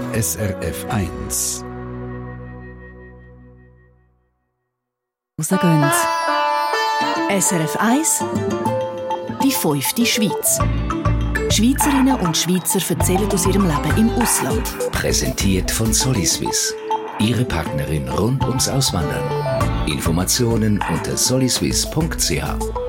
SRF 1. Rausgehen. SRF 1 Die 5. Schweiz. Schweizerinnen und Schweizer erzählen aus ihrem Leben im Ausland. Präsentiert von Soliswiss. Ihre Partnerin rund ums Auswandern. Informationen unter soliswiss.ch.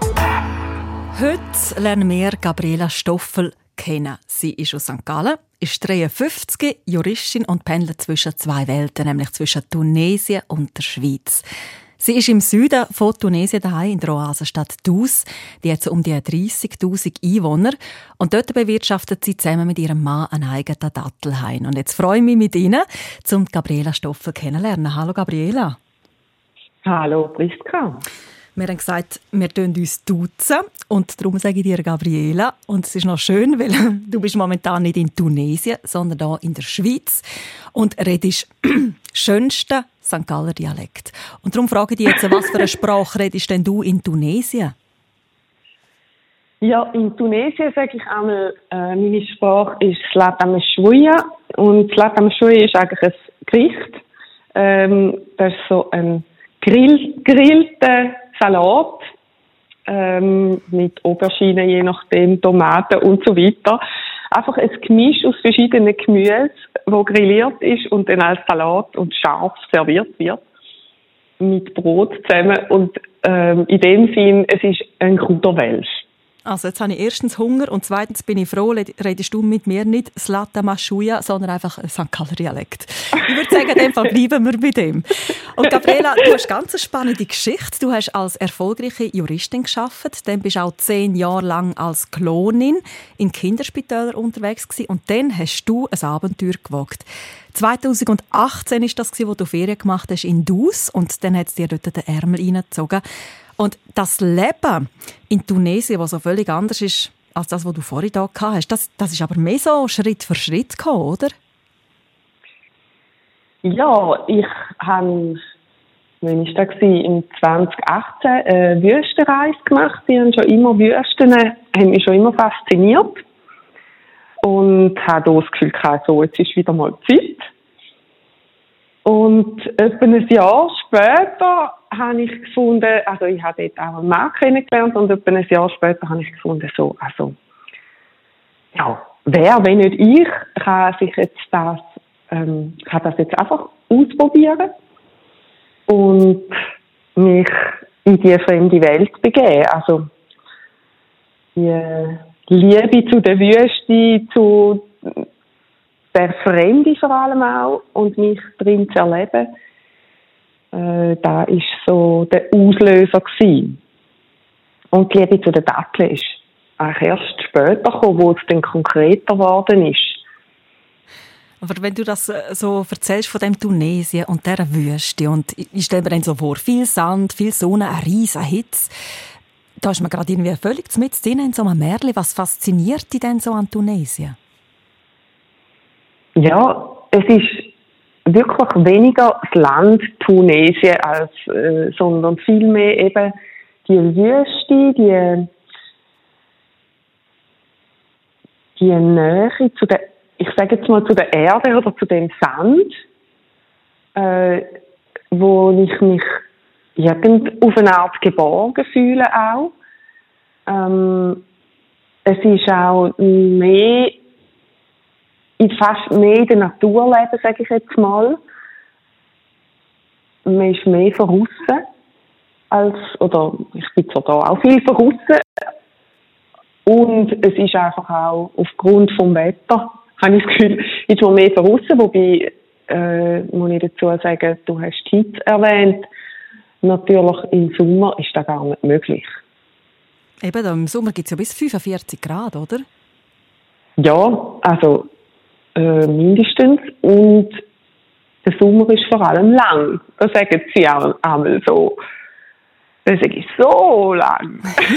Heute lernen wir Gabriela Stoffel kennen. Sie ist aus St. Gallen, ist 53, Juristin und pendelt zwischen zwei Welten, nämlich zwischen Tunesien und der Schweiz. Sie ist im Süden von Tunesien daheim, in der Oasenstadt Dus. Die hat so um die 30'000 Einwohner. Und dort bewirtschaftet sie zusammen mit ihrem Mann einen eigenen Dattelhain. Und jetzt freue ich mich mit Ihnen, um Gabriela Stoffel kennenzulernen. Hallo Gabriela. Hallo Priska. Wir haben gesagt, wir uns duzen und darum sage ich dir Gabriela. Und es ist noch schön, weil du bist momentan nicht in Tunesien, sondern hier in der Schweiz und redest schönsten St. Galler Dialekt. Und darum frage ich dich jetzt, was für eine Sprache redest denn du in Tunesien? Ja, in Tunesien sage ich einmal, meine Sprache ist Salat al-Meshouia. Und Salat al-Meshouia ist eigentlich ein Gericht. Das ist so ein grillter Salat mit Auberginen, je nachdem, Tomaten und so weiter. Einfach ein Gemisch aus verschiedenen Gemüse, das grilliert ist und dann als Salat und scharf serviert wird. Mit Brot zusammen. Und in dem Sinn, es ist ein guter Welsch. Also jetzt habe ich erstens Hunger und zweitens bin ich froh, redest du mit mir nicht Salat al-Meshouia, sondern einfach ein St. Galler Dialekt. Ich würde sagen, in dem Fall bleiben wir bei dem. Und Gabriela, du hast ganz eine spannende Geschichte. Du hast als erfolgreiche Juristin gearbeitet, dann bist du auch 10 Jahre lang als Klonin in Kinderspitälern unterwegs gewesen und dann hast du ein Abenteuer gewagt. 2018 war das, wo du Ferien gemacht hast in Dus und dann hat es dir dort den Ärmel reingezogen. Und das Leben in Tunesien, das so völlig anders ist als das, was du vorhin hier gehabt hast, das ist aber mehr so Schritt für Schritt gekommen, oder? Ja, ich habe, wann war das? In 2018 eine Wüstenreise gemacht. Ich habe schon immer Wüsten, haben mich schon immer fasziniert. Und habe das Gefühl gehabt, so, jetzt ist wieder mal Zeit. Und etwa ein Jahr später habe ich gefunden, also ich habe dort auch einen Mann kennengelernt und etwa ein Jahr später habe ich gefunden, so, also, ja, wer, wenn nicht ich, kann das jetzt einfach ausprobieren und mich in die fremde Welt begeben. Also, die Liebe zu der Wüste, zu der Fremde vor allem auch und mich drin zu erleben, da ist so der Auslöser gewesen. Und die Liebe zu den Datteln ist eigentlich erst später gekommen, wo es dann konkreter geworden ist. Aber wenn du das so erzählst von dem Tunesien und dieser Wüste und ich stelle mir dann so vor, viel Sand, viel Sonne, eine riesige Hitze, da ist man gerade irgendwie völlig mitten drin in so einem Märchen. Was fasziniert dich denn so an Tunesien? Ja, es ist wirklich weniger das Land Tunesien sondern vielmehr eben die Wüste, die Nähe zu der, ich sage jetzt mal zu der Erde oder zu dem Sand, wo ich mich auf eine Art geborgen fühle auch. Es ist auch fast mehr in der Natur leben, sage ich jetzt mal. Man ist mehr von aussen oder ich bin zwar da auch viel von aussen. Und es ist einfach auch aufgrund vom Wetter, habe ich das Gefühl, ist man mehr von aussen, wobei, muss ich dazu sagen, du hast die Hitze erwähnt. Natürlich im Sommer ist das gar nicht möglich. Eben, im Sommer gibt es ja bis 45 Grad, oder? Ja, also mindestens. Und der Sommer ist vor allem lang. Das sagen sie auch einmal so. Das ist so lang.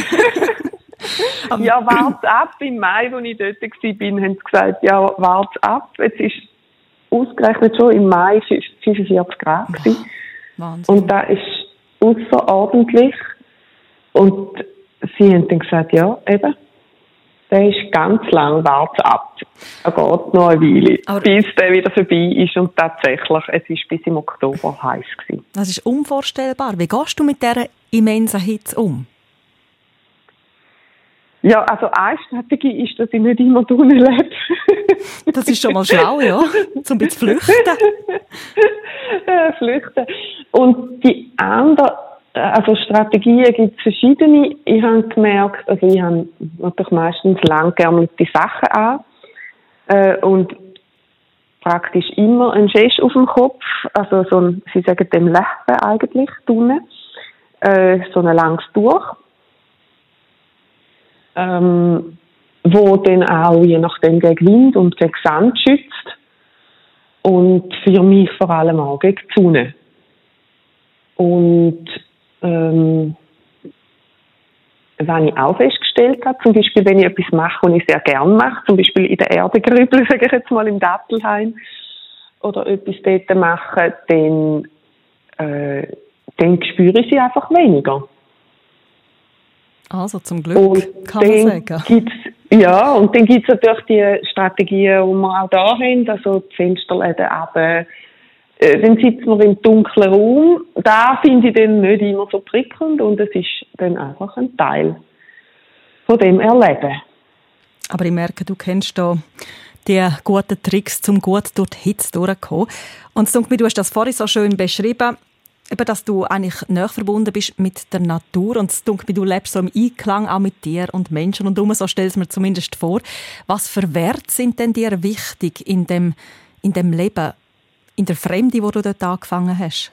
Ja, warte ab. Im Mai, als ich dort war, haben sie gesagt, ja, warte ab. Jetzt ist ausgerechnet schon im Mai 45 Grad. Wahnsinn. Und das ist außerordentlich. Und sie haben dann gesagt, ja, eben, der ist ganz lang, wart ab. Er geht noch eine Weile, bis der wieder vorbei ist und tatsächlich, es ist bis im Oktober heiß gewesen. Das ist unvorstellbar. Wie gehst du mit dieser immensen Hitze um? Ja, also eine Strategie ist, dass ich nicht immer drinnen lebe. Das ist schon mal schlau, ja, zum ein bisschen flüchten. Flüchten. Und die andere, also Strategien gibt es verschiedene. Ich habe gemerkt, also ich habe natürlich meistens langgeärmelte Sachen an und praktisch immer einen Schäsch auf dem Kopf, also so ein, sie sagen dem Läppen eigentlich, drinnen, so ein langes Tuch. Wo dann auch je nachdem gegen Wind und gegen Sand schützt und für mich vor allem auch gegen die Sonne. Und was ich auch festgestellt habe, zum Beispiel wenn ich etwas mache, was ich sehr gerne mache, zum Beispiel in der Erde grübeln, sage ich jetzt mal im Dattelheim, oder etwas dort machen, dann spüre ich sie einfach weniger. Also zum Glück, und kann man sagen. Und dann gibt es natürlich die Strategien, die wir auch da haben, also die Fensterläden runter. Dann sitzen wir im dunklen Raum. Da finde ich dann nicht immer so prickelnd und es ist dann einfach ein Teil von dem Erleben. Aber ich merke, du kennst da die guten Tricks, um gut durch die Hitze durchzukommen. Und du hast das vorhin so schön beschrieben, eben, dass du eigentlich näher verbunden bist mit der Natur und du lebst so im Einklang auch mit dir und Menschen und so stell es mir zumindest vor. Was für Werte sind denn dir wichtig in dem Leben, in der Fremde, die du dort angefangen hast?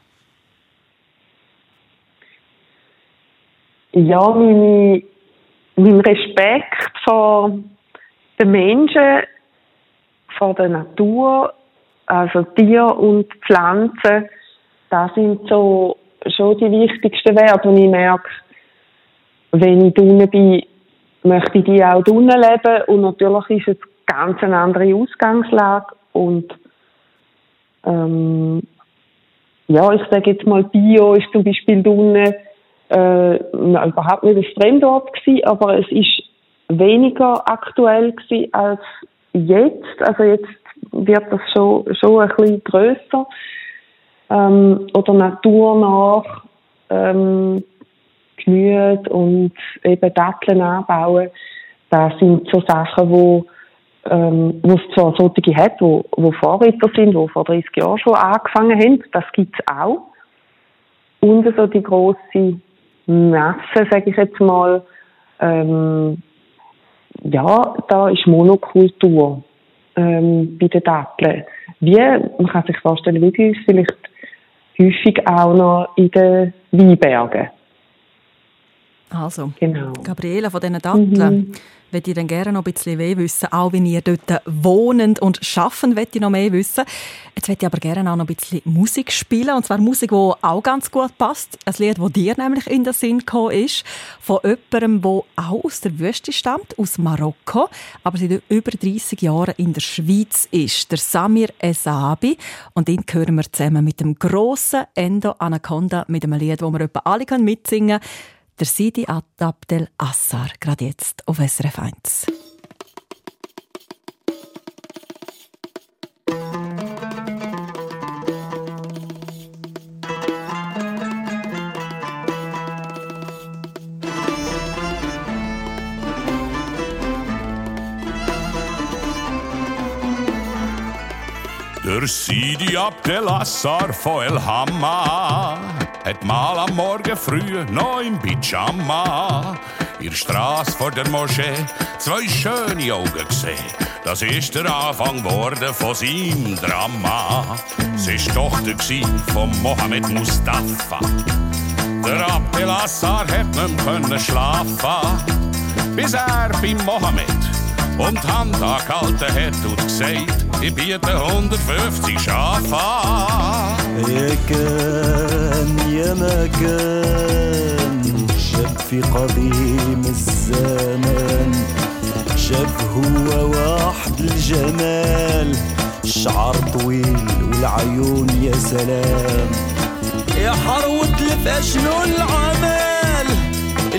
Ja, mein Respekt vor den Menschen, vor der Natur, also Tier und Pflanzen, das sind so schon die wichtigsten Werte. Und ich merke, wenn ich drinnen bin, möchte ich die auch drinnen leben. Und natürlich ist es ganz eine andere Ausgangslage. Und ich sage jetzt mal, Bio ist zum Beispiel drinnen überhaupt nicht ein Fremdwort gewesen, aber es ist weniger aktuell gewesen als jetzt. Also jetzt wird das schon ein bisschen grösser. Oder naturnah Gemüse und eben Datteln anbauen. Das sind so Sachen, wo es zwar solche hat, wo Vorreiter sind, die vor 30 Jahren schon angefangen haben. Das gibt es auch. Und so die grosse Masse, sage ich jetzt mal, da ist Monokultur bei den Datteln. Man kann sich vorstellen, wie die ist vielleicht häufig auch noch in den Weinbergen. Also, genau. Gabriela, von diesen Datteln möchte ich dann gerne noch ein bisschen mehr wissen. Auch wenn ihr dort wohnt und arbeitet, möchte ich noch mehr wissen. Jetzt möchte ich aber gerne auch noch ein bisschen Musik spielen. Und zwar Musik, die auch ganz gut passt. Ein Lied, das dir nämlich in den Sinn gekommen ist. Von jemandem, der auch aus der Wüste stammt, aus Marokko, aber seit über 30 Jahren in der Schweiz ist. Der Samir Esabi. Und ihn hören wir zusammen mit dem grossen Endo Anaconda, mit einem Lied, das wir etwa alle mitsingen können. Der Sidi Abdel Assar, gerade jetzt auf SRF 1. Der Sidi Abdel Assar von El Hamma hat mal am Morgen früh noch im Pyjama in der Strasse vor der Moschee 2 schöne Augen gesehen. Das ist der Anfang geworden von seinem Drama. Sie war Tochter von Mohammed Mustafa. Der Abdel Assar hat nicht mehr schlafen, bis er bei Mohammed und die Hand angehalten hat und gesagt, ich biete 150 Schafe an. يا كان يا ما كان شاب في قديم الزمان شاب هو واحد الجمال الشعر طويل والعيون يا سلام يا حروة الفا شنو العمال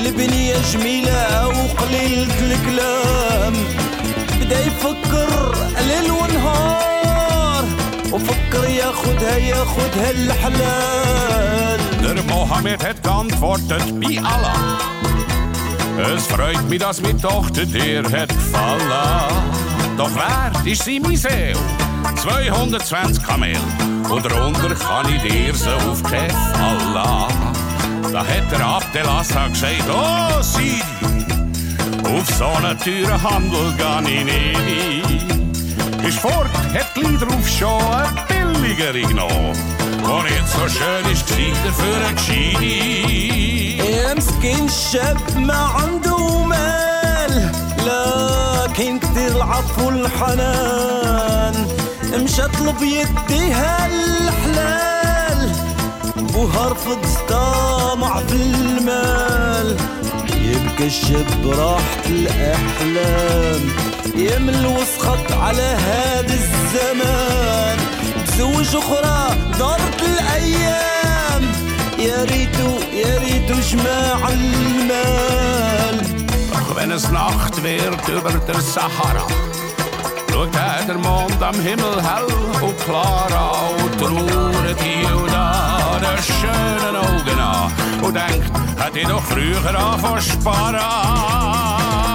البنية جميلة وقليلة الكلام. بدا يفكر ليل ونهار وفكر ياخدها الحلال. Der Mohammed hat geantwortet bei Allah. Es freut mich, dass meine Tochter dir hat gefallen. Doch wert ist sie meine Seele, 220 Kamel. Und darunter kann ich dir so auf Allah. Da hat der Abdelassar gesagt, oh Sidi, auf so einen teuren Handel geh ich nicht. Ist fort, hat gleich drauf schon eine billigere genommen, wo nicht so schön ist für ein Gescheide. مسكين الشاب ما عنده مال لكن كتير العطف والحنان. مشى طلب يديها الحلال بوها رفض طمع في المال. يبقى الشاب راحة الأحلام يمل وسخط على هذا الزمان. تزوج أخرى دارت الأيام يا ريتو جماع المال. Doch wenn es Nacht wird über der Sahara, schaut der Mond am Himmel hell und klar an und trauert hier und da den schönen Augen an und denkt, hätte ich doch früher angefangen zu sparen.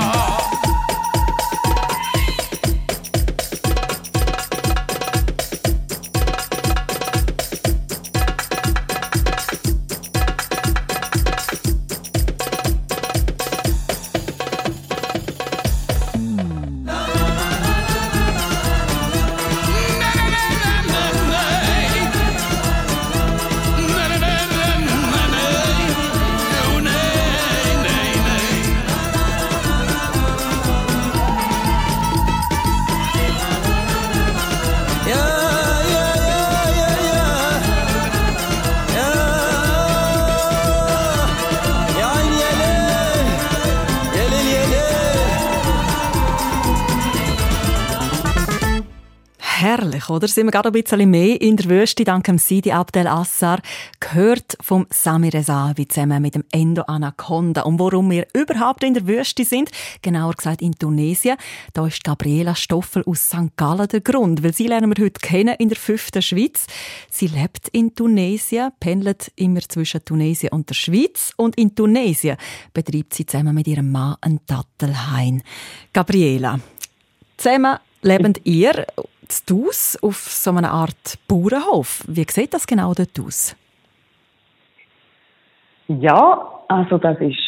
Herrlich, oder? Sind wir gerade ein bisschen mehr in der Wüste, dank dem Sidi Abdelassar, gehört vom Sami Rezavi zusammen mit dem Endo Anaconda. Und warum wir überhaupt in der Wüste sind, genauer gesagt in Tunesien, da ist Gabriela Stoffel aus St. Gallen der Grund, weil sie lernen wir heute kennen in der 5. Schweiz. Sie lebt in Tunesien, pendelt immer zwischen Tunesien und der Schweiz und in Tunesien betreibt sie zusammen mit ihrem Mann einen Dattelhain. Gabriela, zusammen lebt ihr zu Thus auf so einer Art Bauernhof. Wie sieht das genau dort aus? Ja, also das ist,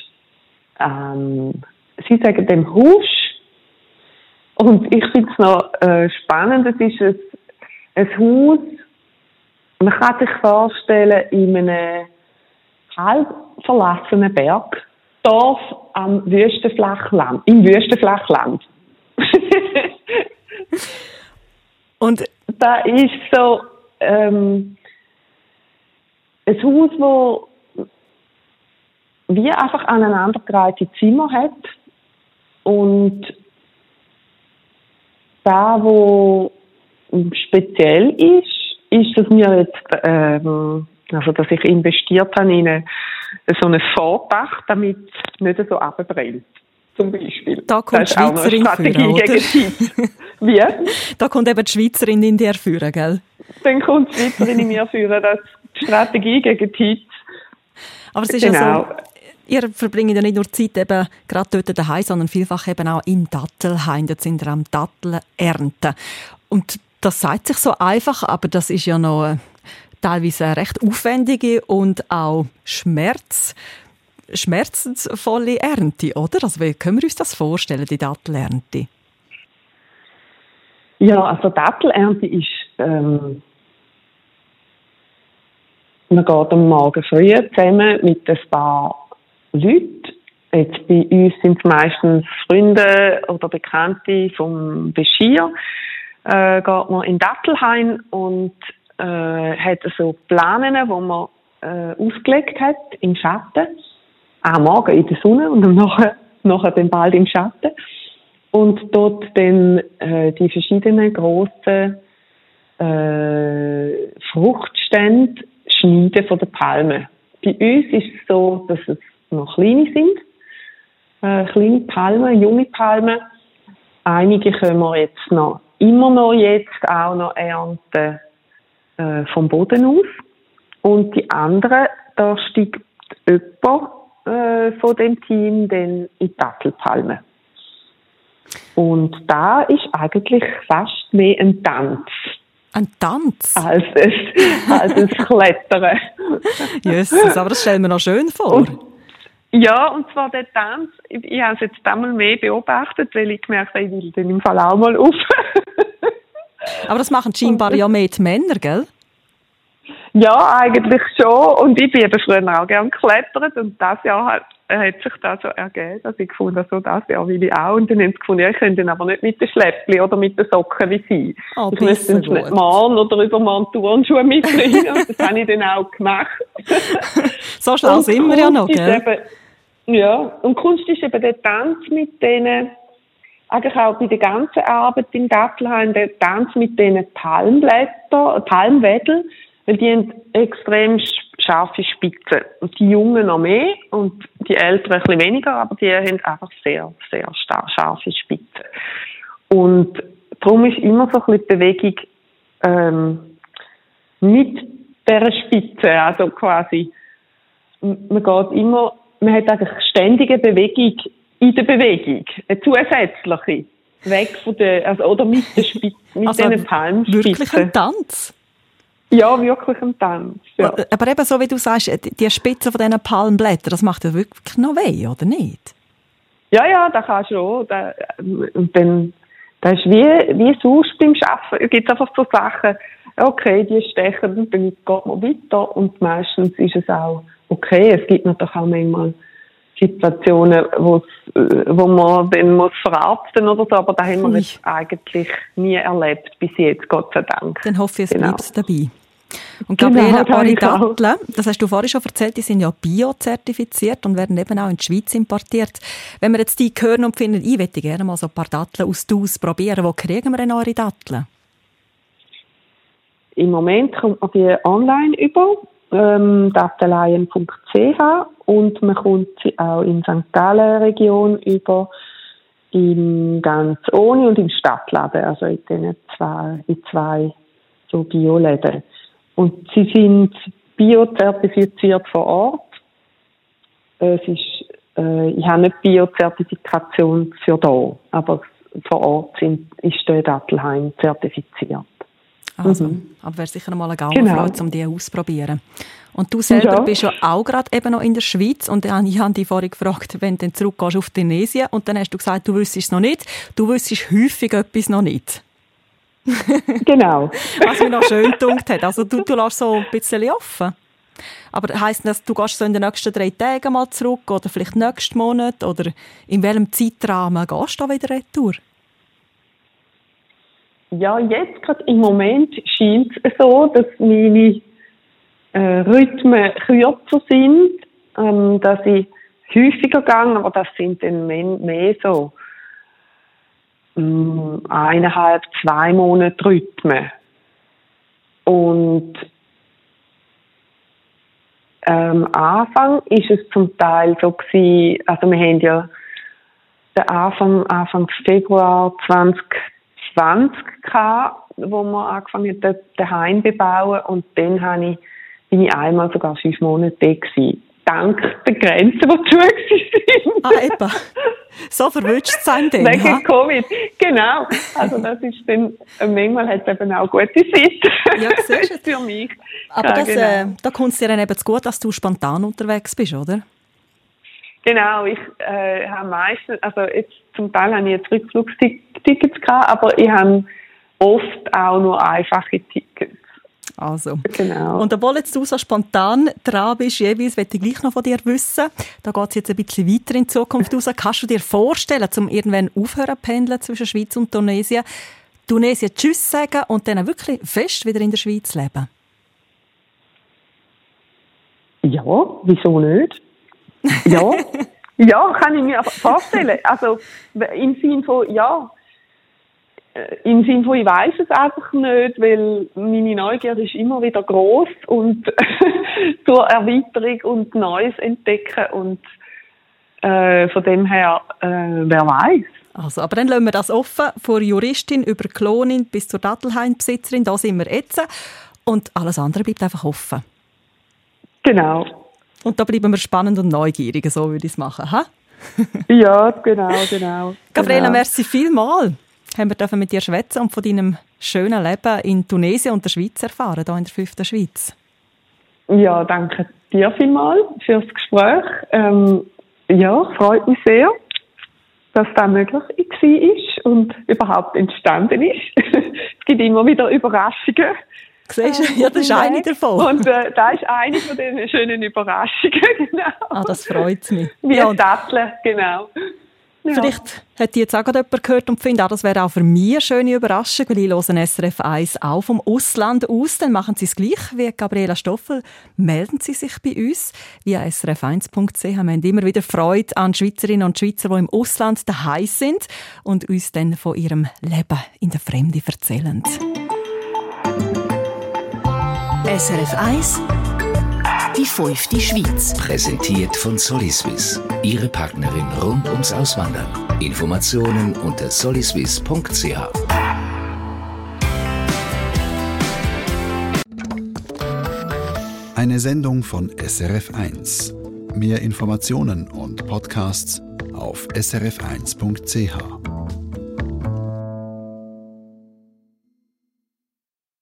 sie sagen dem Husch. Und ich finde es noch spannend, es ist ein Haus, man kann sich vorstellen, in einem halb verlassenen Bergdorf im Wüstenflachland. Und da ist so ein Haus, wo wie einfach aneinandergereihte Zimmer hat und da, wo speziell ist, dass wir jetzt, also dass ich investiert habe in so ein Vordach, damit es nicht so runterbrennt. Zum Beispiel. Da kommt die Schweizerin führen, oder? Wie? Da kommt eben die Schweizerin in dir führen, gell? Dann kommt die Schweizerin in mir führen, das die Strategie gegen die Hitze. Aber es ist ja so, ihr verbringt ja nicht nur Zeit eben gerade dort daheim, sondern vielfach eben auch im Dattelhain. Dort sind wir am Datteln ernten. Und das sagt sich so einfach, aber das ist ja noch teilweise eine recht aufwendige und auch schmerzvolle Ernte, oder? Also wie können wir uns das vorstellen, die Dattelernte? Ja, also Dattelernte ist, man geht am Morgen früh zusammen mit ein paar Leuten. Jetzt bei uns sind es meistens Freunde oder Bekannte vom Beschir. Geht man in Dattelhain und hat so Planen, die man ausgelegt hat im Schatten. Am Morgen in der Sonne und nachher dann bald im Schatten. Und dort dann die verschiedenen grossen Fruchtstände schneiden von den Palmen. Bei uns ist es so, dass es noch kleine sind, kleine Palmen, junge Palmen. Einige können wir jetzt immer noch auch noch ernten vom Boden aus. Und die anderen, da steigt jemand von dem Team dann in die Dattelpalme. Und da ist eigentlich fast mehr ein Tanz. Ein Tanz? Als ein Klettern. Jesus, aber das stellen wir noch schön vor. Und zwar der Tanz, ich habe es jetzt einmal mehr beobachtet, weil ich gemerkt habe, ich will den im Fall auch mal auf. Aber das machen scheinbar ja mehr die Männer, gell? Ja, eigentlich schon. Und ich bin eben früher auch gerne geklettert. Und das Jahr hat sich das so ergeben, dass ich gefunden habe, so das Jahr will ich auch. Und dann haben sie gefunden, ja, ich könnte dann aber nicht mit den Schläppchen oder mit den Socken wie sie. Ich müsste dann nicht morgen oder übermorgen Turnschuhe mitbringen. Und das habe ich dann auch gemacht. So schlau sind wir ja noch, gell? Und Kunst ist eben der Tanz mit denen, eigentlich auch bei der ganzen Arbeit im Dattelhain, der Tanz mit diesen Palmwedel, weil die haben extrem scharfe Spitzen. Und die Jungen noch mehr und die Älteren ein bisschen weniger, aber die haben einfach sehr, sehr scharfe Spitzen. Und darum ist immer so ein bisschen die Bewegung mit dieser Spitze, also quasi, man hat eigentlich ständige Bewegung in der Bewegung, eine zusätzliche, weg von der, oder mit der Spitze, mit diesen Palmspitzen. Wirklich ein Tanz? Ja, wirklich ein Tanz. Ja. Aber eben so, wie du sagst, die Spitze von diesen Palmblättern, das macht ja wirklich noch weh, oder nicht? Ja, das kann schon. Und dann, das ist wie sonst beim Arbeiten. Es gibt einfach so Sachen, okay, die stechen, und dann geht man weiter. Und meistens ist es auch okay. Es gibt natürlich auch manchmal Situationen, wo man dann muss verarzten oder so, aber da haben wir jetzt eigentlich nie erlebt, bis jetzt, Gott sei Dank. Dann hoffe ich, es bleibt dabei. Und Gabriela, eure Datteln, das hast du vorhin schon erzählt, die sind ja bio-zertifiziert und werden eben auch in die Schweiz importiert. Wenn wir jetzt die hören und finden, ich möchte gerne mal so ein paar Datteln aus DAUS probieren, wo kriegen wir denn eure Datteln? Im Moment kommt man die online über, datteleien.ch, und man kommt sie auch in St. Gallen-Region über, in ganz Ohne und im Stadtladen, also in zwei so Bioläden. Und sie sind biozertifiziert vor Ort. Ich habe nicht Biozertifikation für da, aber vor Ort ist der Dattelhain zertifiziert. Also, aber wäre sicher mal eine Gaumenfreude, um die auszuprobieren. Und du selber bist ja auch gerade eben noch in der Schweiz, und ich habe dich vorhin gefragt, wenn du dann zurückgehst auf Tunesien, und dann hast du gesagt, du wüsstest es noch nicht. Du wüsstest häufig etwas noch nicht. Genau. Was mir noch schön gedunkt hat. Also du lässt so ein bisschen offen. Aber heisst das, du gehst so in den nächsten 3 Tagen mal zurück oder vielleicht nächsten Monat? Oder in welchem Zeitrahmen gehst du da wieder retour? Ja, jetzt gerade im Moment scheint es so, dass meine Rhythmen kürzer sind, dass ich häufiger gehe, aber das sind dann mehr so 1,5, 2 Monate Rhythmen. Und am Anfang ist es zum Teil so gewesen, also wir haben ja den Anfang Februar 2020 gehabt, wo wir angefangen haben, den Heim zu bebauen, und dann bin ich einmal sogar 5 Monate da gewesen. Dank der Grenzen, die zu waren. Eben. So verwünscht es einem dann. Wegen Covid. Genau. Also das ist dann, manchmal hat es eben auch gute Seiten. Ja, siehst du. Für mich. Aber ja, das, genau. da kommt es dir dann eben zu gut, dass du spontan unterwegs bist, oder? Genau. Ich habe meistens, also jetzt zum Teil habe ich jetzt Rückflugstickets gehabt, aber ich habe oft auch nur einfache Tickets. Also. Genau. Und obwohl jetzt du so spontan dran bist, jeweils, möchte ich gleich noch von dir wissen, da geht es jetzt ein bisschen weiter in die Zukunft raus. Kannst du dir vorstellen, zum irgendwann aufhören zu pendeln zwischen Schweiz und Tunesien, Tschüss sagen und dann wirklich fest wieder in der Schweiz leben? Ja, wieso nicht? Ja, ja, kann ich mir vorstellen. Also im Sinne von, ja, im Sinne von, ich weiss es einfach nicht, weil meine Neugier ist immer wieder gross und zur Erweiterung und Neues entdecken, und Von dem her, wer weiß. Also, aber dann lassen wir das offen, von Juristin über Klonin bis zur Dattelheinbesitzerin, da sind wir jetzt. Und alles andere bleibt einfach offen. Genau. Und da bleiben wir spannend und neugierig, so würde ich es machen. Ha? Ja, genau. Gabriela, merci vielmals. Haben wir mit dir schwätzen und von deinem schönen Leben in Tunesien und der Schweiz erfahren, hier in der 5. Schweiz. Ja, danke dir vielmals für das Gespräch. Freut mich sehr, dass das möglich war und überhaupt entstanden ist. Es gibt immer wieder Überraschungen. Siehst du? Ja, das ist eine davon. Und das ist eine von diesen schönen Überraschungen, genau. Ah, das freut mich. Wie ja, ein Datteln, genau. Ja. Vielleicht hat jetzt auch gerade jemand gehört und findet, das wäre auch für mich eine schöne Überraschung, weil ich höre SRF 1 auch vom Ausland aus. Dann machen Sie es gleich wie Gabriela Stoffel. Melden Sie sich bei uns via srf1.ch. Wir haben immer wieder Freude an Schweizerinnen und Schweizer, die im Ausland daheim sind und uns dann von ihrem Leben in der Fremde erzählen. SRF 1 Die 5. Schweiz. Präsentiert von Soliswiss. Ihre Partnerin rund ums Auswandern. Informationen unter soliswiss.ch. Eine Sendung von SRF 1. Mehr Informationen und Podcasts auf srf1.ch.